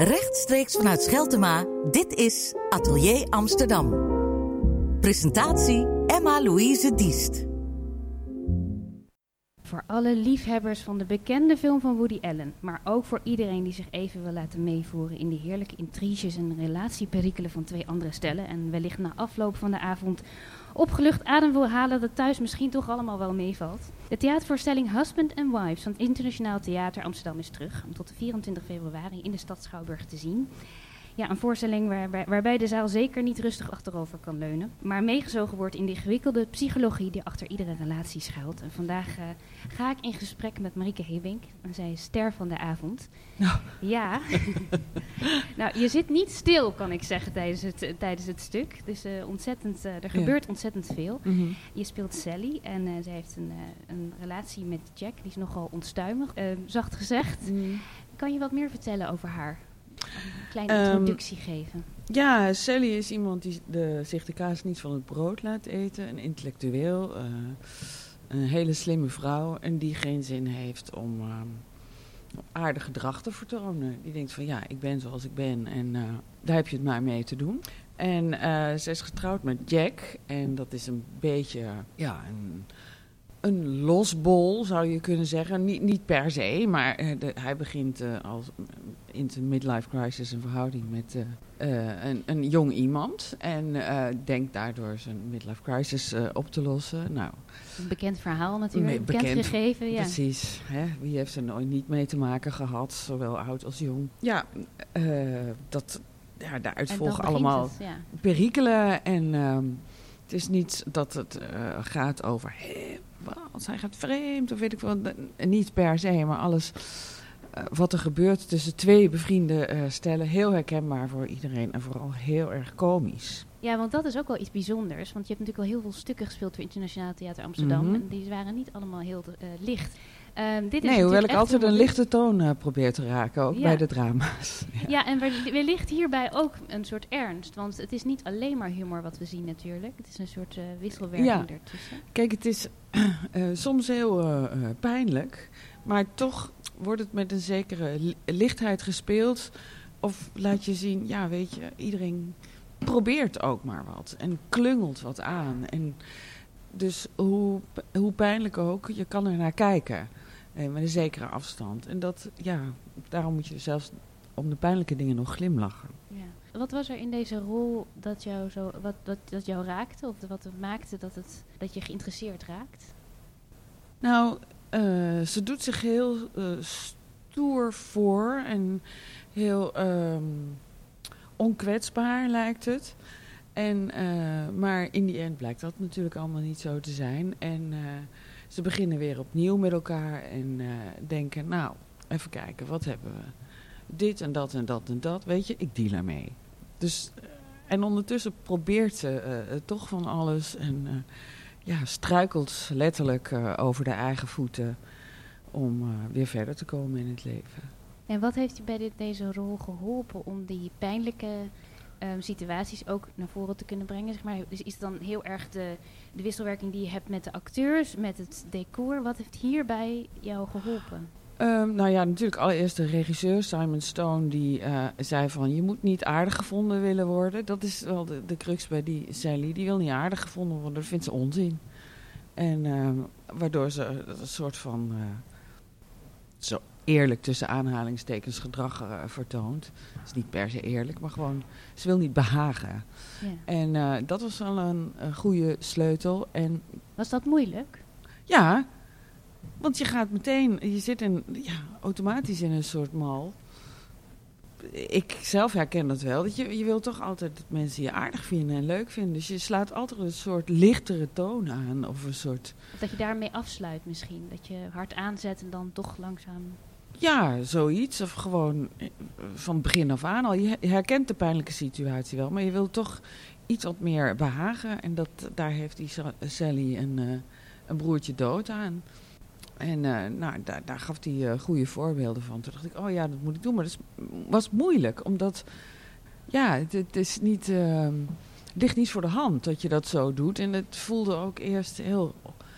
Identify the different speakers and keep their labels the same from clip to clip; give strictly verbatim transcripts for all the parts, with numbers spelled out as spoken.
Speaker 1: Rechtstreeks vanuit Scheltema, dit is Atelier Amsterdam. Presentatie Emma-Louise Diest.
Speaker 2: Voor alle liefhebbers van de bekende film van Woody Allen, maar ook voor iedereen die zich even wil laten meevoeren in de heerlijke intriges en relatieperikelen van twee andere stellen en wellicht na afloop van de avond opgelucht adem wil halen dat thuis misschien toch allemaal wel meevalt. De theatervoorstelling Husband and Wives van het Internationaal Theater Amsterdam is terug om tot de vierentwintig februari in de stad Schouwburg te zien. Ja, een voorstelling waarbij, waarbij de zaal zeker niet rustig achterover kan leunen, maar meegezogen wordt in de ingewikkelde psychologie die achter iedere relatie schuilt. En vandaag uh, ga ik in gesprek met Marieke Heebink, en zij is ster van de avond.
Speaker 3: Nou.
Speaker 2: Ja. Nou, je zit niet stil, kan ik zeggen, tijdens het, uh, tijdens het stuk. Dus uh, ontzettend, uh, er gebeurt ja. ontzettend veel.
Speaker 3: Mm-hmm.
Speaker 2: Je speelt Sally en uh, zij heeft een, uh, een relatie met Jack, die is nogal onstuimig, uh, zacht gezegd. Mm. Kan je wat meer vertellen over haar? Een kleine introductie um, geven.
Speaker 3: Ja, Sally is iemand die de, zich de kaas niet van het brood laat eten. Een intellectueel, uh, een hele slimme vrouw. En die geen zin heeft om uh, aardig gedrag te vertonen. Die denkt van ja, ik ben zoals ik ben en uh, daar heb je het maar mee te doen. En uh, ze is getrouwd met Jack. En dat is een beetje ja, een... Een losbol, zou je kunnen zeggen. Niet, niet per se, maar uh, de, hij begint uh, als in zijn midlife crisis een verhouding met uh, uh, een, een jong iemand. En uh, denkt daardoor zijn midlife crisis uh, op te lossen. Nou,
Speaker 2: een bekend verhaal natuurlijk,
Speaker 3: me,
Speaker 2: bekend, bekend gegeven. Ja.
Speaker 3: Precies. Hè? Wie heeft er nooit niet mee te maken gehad, zowel oud als jong. Ja, uh, dat, ja daaruit volgen allemaal
Speaker 2: het, ja.
Speaker 3: perikelen. En uh, het is niet dat het uh, gaat over... Hey, als hij gaat vreemd of weet ik wel, niet per se, maar alles uh, wat er gebeurt tussen twee bevriende uh, stellen, heel herkenbaar voor iedereen en vooral heel erg komisch.
Speaker 2: Ja, want dat is ook wel iets bijzonders, want je hebt natuurlijk al heel veel stukken gespeeld voor Internationaal Theater Amsterdam mm-hmm. en die waren niet allemaal heel uh, licht. Um, dit is
Speaker 3: nee, hoewel ik altijd een lichte toon uh, probeer te raken, ook ja. bij de drama's.
Speaker 2: Ja, ja en wellicht hierbij ook een soort ernst, want het is niet alleen maar humor wat we zien natuurlijk. Het is een soort uh, wisselwerking
Speaker 3: ja.
Speaker 2: ertussen.
Speaker 3: Kijk, het is uh, soms heel uh, uh, pijnlijk, maar toch wordt het met een zekere li- lichtheid gespeeld. Of laat je zien, ja weet je, iedereen probeert ook maar wat en klungelt wat aan. En dus hoe, hoe pijnlijk ook, je kan er naar kijken. Eh, met een zekere afstand. En dat, ja, daarom moet je zelfs om de pijnlijke dingen nog glimlachen.
Speaker 2: Ja. Wat was er in deze rol dat jou, zo, wat, wat, dat jou raakte? Of wat het maakte dat, het, dat je geïnteresseerd raakt?
Speaker 3: Nou, uh, ze doet zich heel uh, stoer voor. En heel um, onkwetsbaar lijkt het. En, uh, maar in die end blijkt dat natuurlijk allemaal niet zo te zijn. En... Uh, Ze beginnen weer opnieuw met elkaar en uh, denken, nou, even kijken, wat hebben we? Dit en dat en dat en dat, weet je, ik deal ermee. Dus, uh, en ondertussen probeert ze uh, toch van alles en uh, ja, struikelt letterlijk uh, over de eigen voeten om uh, weer verder te komen in het leven.
Speaker 2: En wat heeft je bij dit, deze rol geholpen om die pijnlijke... Um, situaties ook naar voren te kunnen brengen, zeg maar. Dus is het dan heel erg de, de wisselwerking die je hebt met de acteurs, met het decor? Wat heeft hierbij jou geholpen?
Speaker 3: Um, nou ja, natuurlijk allereerst de regisseur Simon Stone, die uh, zei van, je moet niet aardig gevonden willen worden. Dat is wel de, de crux bij die Sally. Die wil niet aardig gevonden worden, dat vindt ze onzin. En um, waardoor ze een soort van... Uh, zo eerlijk tussen aanhalingstekens gedrag uh, vertoont. Dat is niet per se eerlijk, maar gewoon... Ze wil niet behagen.
Speaker 2: Ja.
Speaker 3: En uh, dat was wel een, een goede sleutel. En
Speaker 2: was dat moeilijk?
Speaker 3: Ja, want je gaat meteen... Je zit in, ja, automatisch in een soort mal. Ik zelf herken dat wel. Dat je, je wil toch altijd dat mensen je aardig vinden en leuk vinden. Dus je slaat altijd een soort lichtere toon aan. Of een soort...
Speaker 2: Of dat je daarmee afsluit misschien. Dat je hard aanzet en dan toch langzaam...
Speaker 3: Ja, zoiets. Of gewoon van begin af aan al. Je herkent de pijnlijke situatie wel. Maar je wil toch iets wat meer behagen. En dat, daar heeft die Sally een, uh, een broertje dood aan. En uh, nou, daar, daar gaf hij uh, goede voorbeelden van. Toen dacht ik, oh ja, dat moet ik doen. Maar dat is, was moeilijk. Omdat, ja, het, het is niet... Uh, het ligt niet voor de hand dat je dat zo doet. En het voelde ook eerst heel...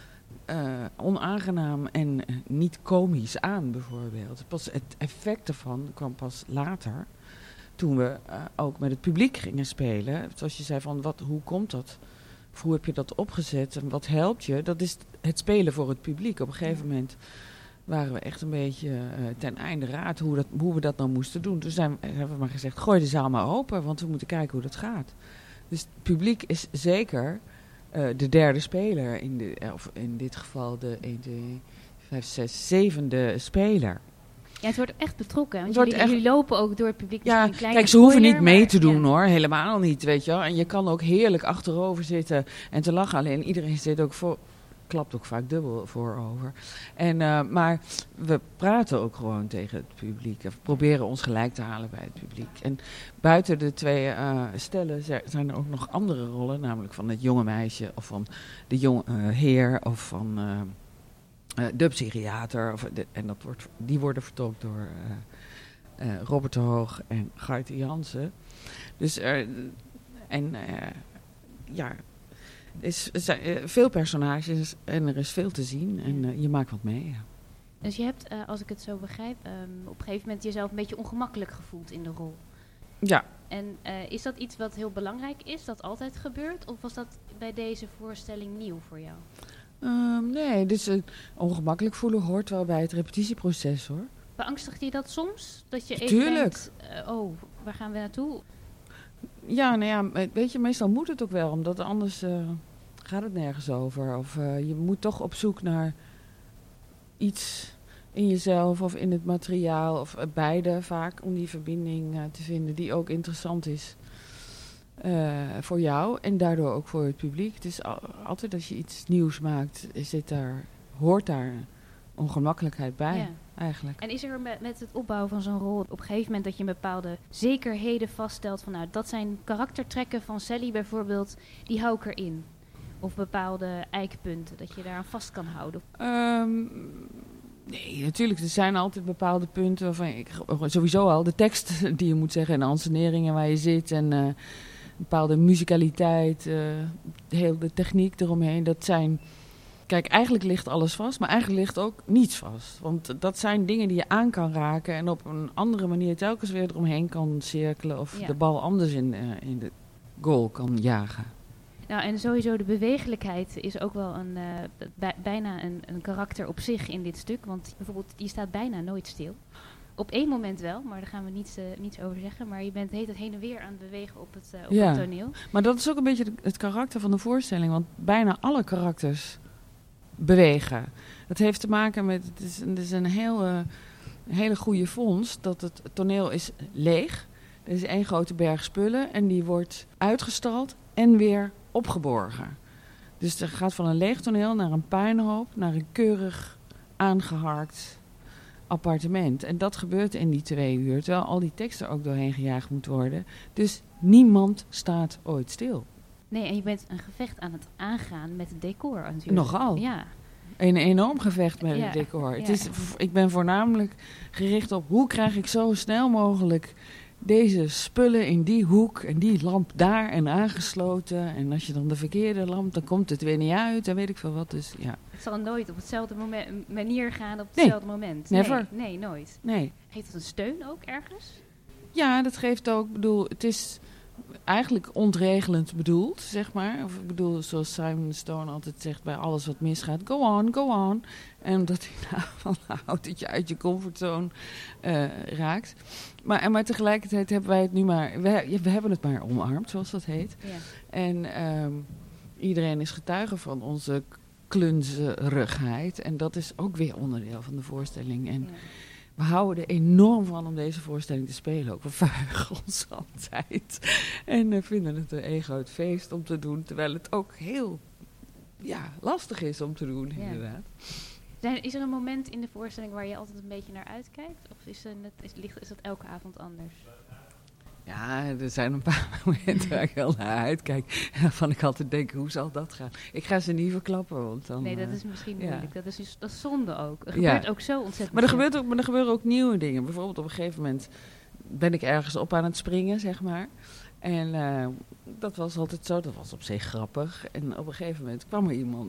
Speaker 3: uh, onaangenaam en uh, niet komisch aan, bijvoorbeeld. Pas het effect ervan kwam pas later, toen we uh, ook met het publiek gingen spelen. Zoals je zei, van wat, hoe komt dat? Of hoe heb je dat opgezet en wat helpt je? Dat is het spelen voor het publiek. Op een gegeven moment waren we echt een beetje uh, ten einde raad hoe, dat, hoe we dat nou moesten doen. Toen zijn, hebben we maar gezegd, gooi de zaal maar open, want we moeten kijken hoe dat gaat. Dus het publiek is zeker uh, de derde speler, in de, of in dit geval de, de vijf, zes, zevende speler.
Speaker 2: Ja, het wordt echt betrokken. Want
Speaker 3: wordt
Speaker 2: jullie,
Speaker 3: echt...
Speaker 2: jullie lopen ook door het publiek.
Speaker 3: Ja,
Speaker 2: een
Speaker 3: kijk, ze hoeven niet mee
Speaker 2: maar,
Speaker 3: te doen
Speaker 2: ja.
Speaker 3: hoor, helemaal niet, weet je wel. En je kan ook heerlijk achterover zitten en te lachen. Alleen iedereen zit ook voor, klapt ook vaak dubbel voorover. En, uh, maar we praten ook gewoon tegen het publiek. We proberen ons gelijk te halen bij het publiek. En buiten de twee uh, stellen zijn er ook nog andere rollen. Namelijk van het jonge meisje of van de jonge uh, heer of van... Uh, Uh, de psychiater, of de, en dat wordt, die worden vertolkt door uh, uh, Robert de Hoog en Gaite Jansen. Dus er, en uh, ja, er is, er zijn uh, veel personages en er is veel te zien en uh, je maakt wat mee. Ja.
Speaker 2: Dus je hebt, uh, als ik het zo begrijp, um, op een gegeven moment jezelf een beetje ongemakkelijk gevoeld in de rol.
Speaker 3: Ja.
Speaker 2: En uh, is dat iets wat heel belangrijk is, dat altijd gebeurt? Of was dat bij deze voorstelling nieuw voor jou?
Speaker 3: Um, nee, dus uh, ongemakkelijk voelen hoort wel bij het repetitieproces hoor.
Speaker 2: Beangstigt je dat soms? Dat je even
Speaker 3: Tuurlijk.
Speaker 2: denkt, uh, oh, waar gaan we naartoe?
Speaker 3: Ja, nou ja, weet je, meestal moet het ook wel, omdat anders uh, gaat het nergens over. Of uh, je moet toch op zoek naar iets in jezelf of in het materiaal, of uh, beide vaak, om die verbinding uh, te vinden die ook interessant is. Uh, voor jou en daardoor ook voor het publiek. Het is al, altijd als je iets nieuws maakt, zit daar, hoort daar ongemakkelijkheid bij, ja. Eigenlijk.
Speaker 2: En is er met, met het opbouwen van zo'n rol op een gegeven moment dat je een bepaalde zekerheden vaststelt van nou, dat zijn karaktertrekken van Sally bijvoorbeeld, die hou ik erin? Of bepaalde eikpunten, dat je daar aan vast kan houden?
Speaker 3: Um, nee, natuurlijk. Er zijn altijd bepaalde punten waarvan ik sowieso al de tekst die je moet zeggen en de anseneringen waar je zit en uh, bepaalde musicaliteit, uh, heel de techniek eromheen, dat zijn... Kijk, eigenlijk ligt alles vast, maar eigenlijk ligt ook niets vast. Want dat zijn dingen die je aan kan raken en op een andere manier telkens weer eromheen kan cirkelen of ja. de bal anders in, uh, in de goal kan jagen.
Speaker 2: Nou, en sowieso de bewegelijkheid is ook wel een, uh, bij, bijna een, een karakter op zich in dit stuk. Want bijvoorbeeld, je staat bijna nooit stil. Op één moment wel, maar daar gaan we niets, uh, niets over zeggen. Maar je bent heet het heen en weer aan het bewegen op het, uh, op
Speaker 3: ja.
Speaker 2: het toneel.
Speaker 3: Maar dat is ook een beetje de, het karakter van de voorstelling. Want bijna alle karakters bewegen. Dat heeft te maken met, het is, het is een heel, uh, hele goede vondst, dat het toneel is leeg. Er is één grote berg spullen en die wordt uitgestald en weer opgeborgen. Dus er gaat van een leeg toneel naar een puinhoop, naar een keurig aangeharkt appartement. En dat gebeurt in die twee uur, terwijl al die teksten ook doorheen gejaagd moet worden. Dus niemand staat ooit stil.
Speaker 2: Nee, en je bent een gevecht aan het aangaan met het decor natuurlijk.
Speaker 3: Nogal.
Speaker 2: Ja.
Speaker 3: Een enorm gevecht met
Speaker 2: ja.
Speaker 3: het decor.
Speaker 2: Ja.
Speaker 3: Het is, ik ben voornamelijk gericht op hoe krijg ik zo snel mogelijk deze spullen in die hoek en die lamp daar en aangesloten. En als je dan de verkeerde lamp, dan komt het weer niet uit en weet ik veel wat. Dus, ja.
Speaker 2: Het zal nooit op hetzelfde moment, manier gaan op
Speaker 3: nee.
Speaker 2: hetzelfde moment.
Speaker 3: Never.
Speaker 2: Nee, nee, nooit.
Speaker 3: Nee.
Speaker 2: Geeft het een steun ook ergens?
Speaker 3: Ja, dat geeft ook, bedoel, het is eigenlijk ontregelend bedoeld, zeg maar. Of ik bedoel, zoals Simon Stone altijd zegt bij alles wat misgaat, go on, go on. En omdat hij daarvan houdt dat je uit je comfortzone uh, raakt. Maar, en maar tegelijkertijd hebben wij het nu maar, we, we hebben het maar omarmd, zoals dat heet.
Speaker 2: Ja.
Speaker 3: En um, iedereen is getuige van onze klunzerigheid. En dat is ook weer onderdeel van de voorstelling. En ja. we houden er enorm van om deze voorstelling te spelen. Ook we verheugen ons altijd. En uh, vinden het een, een groot feest om te doen. Terwijl het ook heel ja, lastig is om te doen, ja. inderdaad.
Speaker 2: Is er een moment in de voorstelling waar je altijd een beetje naar uitkijkt? Of is, het, is, ligt, is dat elke avond anders?
Speaker 3: Ja, er zijn een paar momenten waar ik wel naar uitkijk. Waarvan ik altijd denk, hoe zal dat gaan? Ik ga ze niet verklappen. Want dan,
Speaker 2: nee, dat is misschien
Speaker 3: uh,
Speaker 2: moeilijk. Ja. Dat, is, dat is zonde ook. Er
Speaker 3: ja.
Speaker 2: gebeurt ook zo ontzettend
Speaker 3: maar er, gebeurt ook, maar er gebeuren ook nieuwe dingen. Bijvoorbeeld op een gegeven moment ben ik ergens op aan het springen, zeg maar. En uh, dat was altijd zo, dat was op zich grappig. En op een gegeven moment kwam er iemand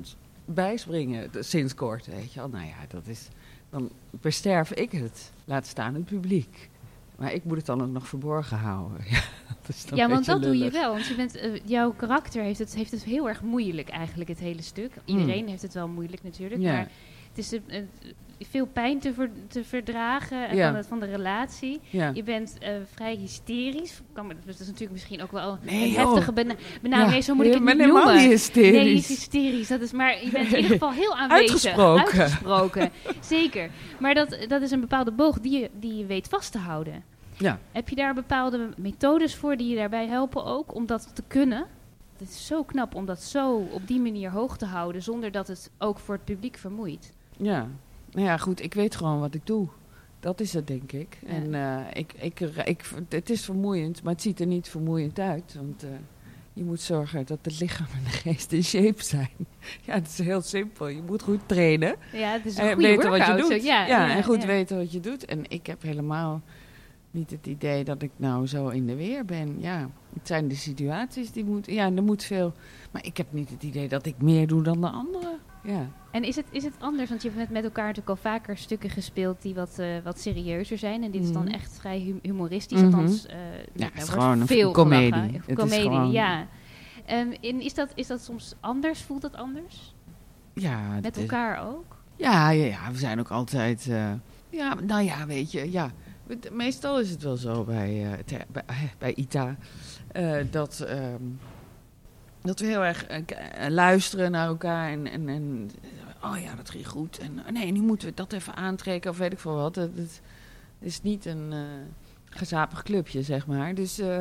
Speaker 3: bijspringen sinds kort, weet je wel. Nou ja, dat is, dan besterf ik het. Laat staan het publiek. Maar ik moet het dan ook nog verborgen houden. Ja, dat is dan
Speaker 2: ja, want dat
Speaker 3: lullig.
Speaker 2: doe je wel. Want je bent, uh, jouw karakter heeft het, heeft het heel erg moeilijk eigenlijk, het hele stuk. Iedereen mm. heeft het wel moeilijk natuurlijk. Ja. Maar het is uh, uh, veel pijn te, ver, te verdragen ja. van, het, van de relatie. Ja. Je bent uh, vrij hysterisch. Kan, dat is natuurlijk misschien ook wel
Speaker 3: nee,
Speaker 2: een heftige bena- benaming. Ja. Zo moet ik het
Speaker 3: niet
Speaker 2: noemen.
Speaker 3: Niet hysterisch.
Speaker 2: Nee, niet hysterisch. Dat is, maar je bent in ieder geval heel aanwezig.
Speaker 3: Uitgesproken.
Speaker 2: Uitgesproken. Zeker. Maar dat, dat is een bepaalde boog die je, die je weet vast te houden.
Speaker 3: Ja.
Speaker 2: Heb je daar bepaalde methodes voor die je daarbij helpen ook om dat te kunnen? Het is zo knap om dat zo op die manier hoog te houden zonder dat het ook voor het publiek vermoeit.
Speaker 3: Ja, nou ja, goed, ik weet gewoon wat ik doe. Dat is het, denk ik. Ja. En uh, ik, ik, ik, het is vermoeiend, maar het ziet er niet vermoeiend uit. Want uh, je moet zorgen dat het lichaam en de geest in shape zijn. Ja, het is heel simpel. Je moet goed trainen.
Speaker 2: Ja, het is een
Speaker 3: en
Speaker 2: goede
Speaker 3: weten
Speaker 2: workout.
Speaker 3: Wat je doet.
Speaker 2: Ja,
Speaker 3: ja,
Speaker 2: ja,
Speaker 3: en goed
Speaker 2: ja.
Speaker 3: weten wat je doet. En ik heb helemaal niet het idee dat ik nou zo in de weer ben. Ja, het zijn de situaties die moeten... Ja, er moet veel... Maar ik heb niet het idee dat ik meer doe dan de anderen. Ja.
Speaker 2: En is het, is het anders? Want je hebt met elkaar natuurlijk al vaker stukken gespeeld die wat, uh, wat serieuzer zijn. En dit is dan echt vrij hum- humoristisch.
Speaker 3: Mm-hmm.
Speaker 2: Althans, uh,
Speaker 3: ja,
Speaker 2: het
Speaker 3: is gewoon
Speaker 2: veel
Speaker 3: een comedie.
Speaker 2: Gelachen.
Speaker 3: Het
Speaker 2: comedie,
Speaker 3: is gewoon...
Speaker 2: ja. Um, en is dat, is dat soms anders? Voelt dat anders?
Speaker 3: Ja.
Speaker 2: Met elkaar ook?
Speaker 3: Ja, ja, ja, we zijn ook altijd... Uh, ja, nou ja, weet je, ja. Meestal is het wel zo bij, uh, te, bij, bij I T A uh, dat, um, dat we heel erg uh, k- luisteren naar elkaar en, en, en oh ja, dat ging goed. En uh, nee, nu moeten we dat even aantrekken of weet ik veel wat. Het, het is niet een uh, gezapig clubje, zeg maar. Dus uh,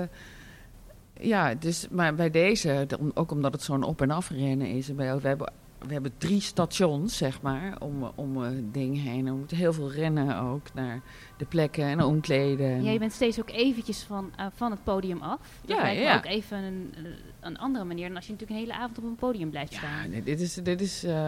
Speaker 3: ja, dus, maar bij deze, ook omdat het zo'n op- en afrennen is, en bij, we hebben... We hebben drie stations, zeg maar, om, om uh, dingen heen. We moeten heel veel rennen ook naar de plekken en omkleden.
Speaker 2: Ja, je bent steeds ook eventjes van, uh, van het podium af. Dat
Speaker 3: ja,
Speaker 2: lijkt me
Speaker 3: ja.
Speaker 2: ook even een, een andere manier dan als je natuurlijk een hele avond op een podium blijft staan.
Speaker 3: Ja, nee, dit is, dit is uh,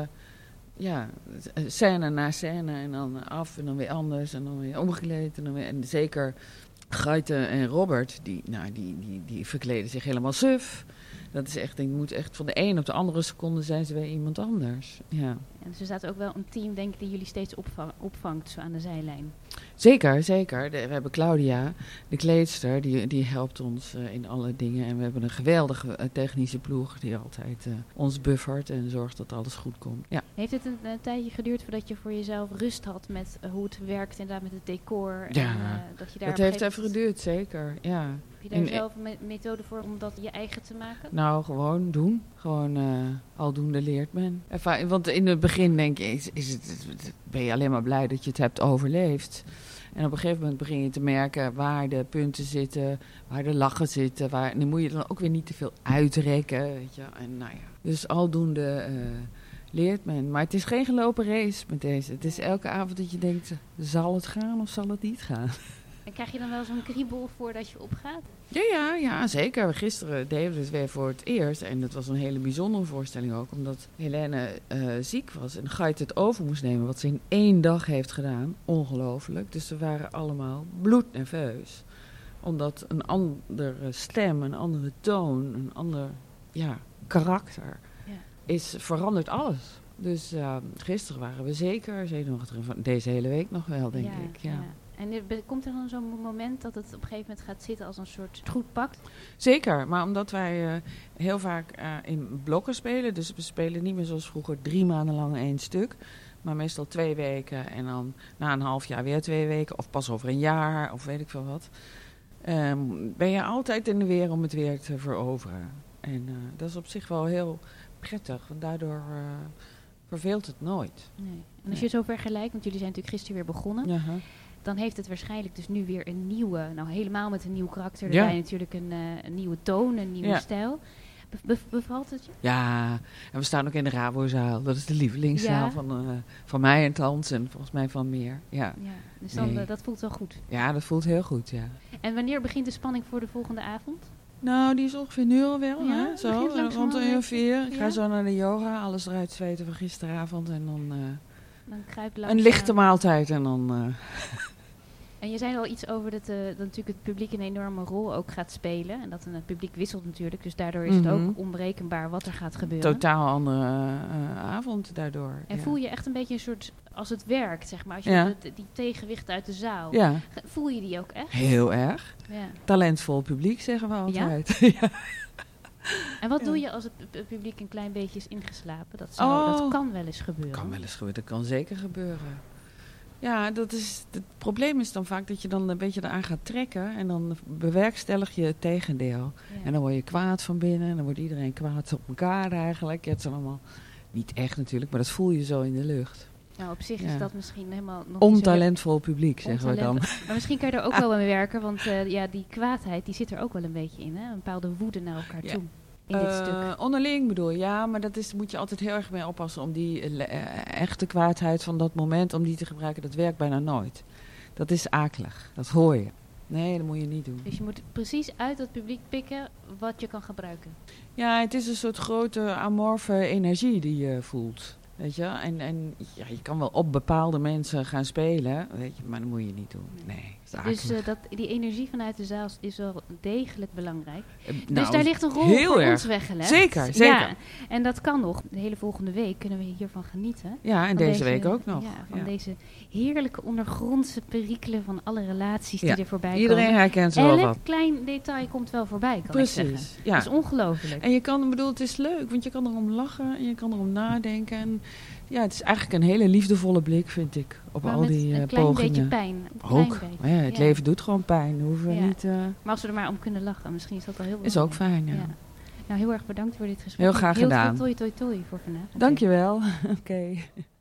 Speaker 3: ja, scène na scène en dan af en dan weer anders en dan weer omgekleed. En, dan weer, en zeker Guiten en Robert, die, nou, die, die, die verkleden zich helemaal suf. Dat is echt, je moet echt van de een op de andere seconde zijn ze weer iemand anders. Ja.
Speaker 2: En dus er staat ook wel een team, denk ik, die jullie steeds opvang, opvangt zo aan de zijlijn.
Speaker 3: Zeker, zeker. De, we hebben Claudia, de kleedster, die, die helpt ons uh, in alle dingen. En we hebben een geweldige uh, technische ploeg die altijd uh, ons buffert en zorgt dat alles goed komt. Ja.
Speaker 2: Heeft het een, een tijdje geduurd voordat je voor jezelf rust had met uh, hoe het werkt, inderdaad met het decor?
Speaker 3: Ja,
Speaker 2: en, uh, dat, je daar
Speaker 3: dat heeft even geduurd, zeker. Ja.
Speaker 2: Heb je daar en, zelf een me- methode voor om dat je eigen te maken?
Speaker 3: Nou, gewoon doen. Gewoon uh, aldoende leert men. Ervaar, want in het begin denk je, is, is het, ben je alleen maar blij dat je het hebt overleefd. En op een gegeven moment begin je te merken waar de punten zitten, waar de lachen zitten. Waar, en dan moet je dan ook weer niet te veel uitrekken. Weet je. En nou ja, dus aldoende uh, leert men. Maar het is geen gelopen race met deze. Het is elke avond dat je denkt, zal het gaan of zal het niet gaan?
Speaker 2: En krijg je dan wel zo'n kriebel voordat je opgaat?
Speaker 3: Ja, ja, ja, zeker. Gisteren deden we het weer voor het eerst. En dat was een hele bijzondere voorstelling ook. Omdat Helene uh, ziek was en Gait het over moest nemen. Wat ze in één dag heeft gedaan. Ongelooflijk. Dus we waren allemaal bloednerveus. Omdat een andere stem, een andere toon, een ander ja, karakter ja. is verandert alles. Dus uh, gisteren waren we zeker zenuwachtig. Deze hele week nog wel, denk
Speaker 2: ja,
Speaker 3: ik. Ja.
Speaker 2: Ja. En er, komt er dan zo'n moment dat het op een gegeven moment gaat zitten als een soort goed pakt?
Speaker 3: Zeker, maar omdat wij uh, heel vaak uh, in blokken spelen. Dus we spelen niet meer zoals vroeger drie maanden lang één stuk. Maar meestal twee weken en dan na een half jaar weer twee weken. Of pas over een jaar of weet ik veel wat. Um, ben je altijd in de weer om het weer te veroveren. En uh, dat is op zich wel heel prettig. Want daardoor uh, verveelt het nooit.
Speaker 2: Nee. En als je zo vergelijkt, want jullie zijn natuurlijk gisteren weer begonnen.
Speaker 3: Uh-huh.
Speaker 2: Dan heeft het waarschijnlijk dus nu weer een nieuwe, nou helemaal met een nieuw karakter
Speaker 3: ja.
Speaker 2: erbij natuurlijk een, uh, een nieuwe toon, een nieuwe ja. stijl. Be- be- bevalt het je?
Speaker 3: Ja, en we staan ook in de Rabozaal. Dat is de lievelingszaal
Speaker 2: ja.
Speaker 3: van, uh, van mij en Tans en volgens mij van meer. Ja,
Speaker 2: ja dus dan,
Speaker 3: nee.
Speaker 2: uh, dat voelt wel goed.
Speaker 3: Ja, dat voelt heel goed, ja.
Speaker 2: En wanneer begint de spanning voor de volgende avond?
Speaker 3: Nou, die is ongeveer nu al wel,
Speaker 2: ja,
Speaker 3: hè? Zo, rond een uur vier. Ik ga ja. zo naar de yoga, alles eruit zweten van gisteravond en dan... Uh,
Speaker 2: dan kruip
Speaker 3: een lichte maaltijd en dan... Uh,
Speaker 2: En En je zei al iets over dat, uh, dat natuurlijk het publiek een enorme rol ook gaat spelen. En dat het publiek wisselt natuurlijk. Dus daardoor is
Speaker 3: Mm-hmm.
Speaker 2: het ook onberekenbaar wat er gaat gebeuren.
Speaker 3: Totaal andere uh, avond daardoor.
Speaker 2: En
Speaker 3: ja.
Speaker 2: voel je echt een beetje een soort, als het werkt, zeg maar. Als je
Speaker 3: Ja.
Speaker 2: de, die tegenwicht uit de zaal,
Speaker 3: Ja,
Speaker 2: voel je die ook echt?
Speaker 3: heel erg.
Speaker 2: Ja.
Speaker 3: Talentvol publiek, zeggen we altijd. Ja?
Speaker 2: En wat
Speaker 3: Ja.
Speaker 2: doe je als het pu- publiek een klein beetje is ingeslapen? Dat, zou,
Speaker 3: Oh.
Speaker 2: dat kan wel eens gebeuren.
Speaker 3: Dat kan wel eens gebeuren, dat kan zeker gebeuren. Ja, dat is, het probleem is dan vaak dat je dan een beetje eraan gaat trekken en dan bewerkstellig je het tegendeel.
Speaker 2: Ja.
Speaker 3: En dan word je kwaad van binnen en dan wordt iedereen kwaad op elkaar eigenlijk. Je hebt ze allemaal, niet echt natuurlijk, maar dat voel je zo in de lucht.
Speaker 2: Nou, op zich
Speaker 3: Ja.
Speaker 2: is dat misschien helemaal nog niet zo heel-
Speaker 3: Ontalentvol publiek, zeggen we dan.
Speaker 2: ontalent- Maar misschien kan je er ook wel mee werken, want uh, ja, die kwaadheid die zit er ook wel een beetje in. Hè? Een bepaalde woede naar elkaar
Speaker 3: Ja.
Speaker 2: toe in dit
Speaker 3: Eh,
Speaker 2: stuk.
Speaker 3: Onderling bedoel je, ja, maar dat is, moet je altijd heel erg mee oppassen om die uh, echte kwaadheid van dat moment, om die te gebruiken. Dat werkt bijna nooit. Dat is akelig, dat hoor je. Nee, dat moet je niet doen.
Speaker 2: Dus je moet precies uit het publiek pikken wat je kan gebruiken.
Speaker 3: Ja, het is een soort grote amorfe energie die je voelt. Weet je, en, en ja, je kan wel op bepaalde mensen gaan spelen, weet je, maar dat moet je niet doen. Nee, dat is
Speaker 2: Dus uh, dat, die energie vanuit de zaal is wel degelijk belangrijk.
Speaker 3: Uh,
Speaker 2: dus
Speaker 3: nou,
Speaker 2: daar ligt een rol
Speaker 3: heel
Speaker 2: voor
Speaker 3: erg.
Speaker 2: ons weggelegd.
Speaker 3: Zeker, zeker.
Speaker 2: Ja, en dat kan nog. De hele volgende week kunnen we hiervan genieten.
Speaker 3: Ja, en
Speaker 2: Van
Speaker 3: deze
Speaker 2: deze-
Speaker 3: week ook nog.
Speaker 2: Ja, van
Speaker 3: Ja.
Speaker 2: deze heerlijke ondergrondse perikelen van alle relaties die
Speaker 3: Ja,
Speaker 2: er voorbij
Speaker 3: Iedereen
Speaker 2: komen.
Speaker 3: herkent ze wel
Speaker 2: Elk
Speaker 3: wat.
Speaker 2: klein detail komt wel voorbij, kan ik zeggen.
Speaker 3: Precies, ja.
Speaker 2: Dat is ongelooflijk.
Speaker 3: En je kan, ik bedoel, het is leuk, want je kan erom lachen en je kan erom nadenken. En ja, het is eigenlijk een hele liefdevolle blik, vind ik, op
Speaker 2: Maar
Speaker 3: al
Speaker 2: met
Speaker 3: die uh,
Speaker 2: een klein
Speaker 3: pogingen.
Speaker 2: beetje pijn. Een klein
Speaker 3: Ook.
Speaker 2: beetje.
Speaker 3: Maar ja, het
Speaker 2: Ja.
Speaker 3: leven doet gewoon pijn. Dan hoeven we
Speaker 2: Ja.
Speaker 3: niet. Uh,
Speaker 2: Maar als we er maar om kunnen lachen, misschien is dat al heel
Speaker 3: is ook
Speaker 2: belangrijk.
Speaker 3: fijn, ja.
Speaker 2: Ja. Nou, heel erg bedankt voor dit gesprek.
Speaker 3: Heel graag
Speaker 2: Heel
Speaker 3: gedaan.
Speaker 2: veel toi toi toi voor vanavond.
Speaker 3: Dankjewel. Oké. Okay.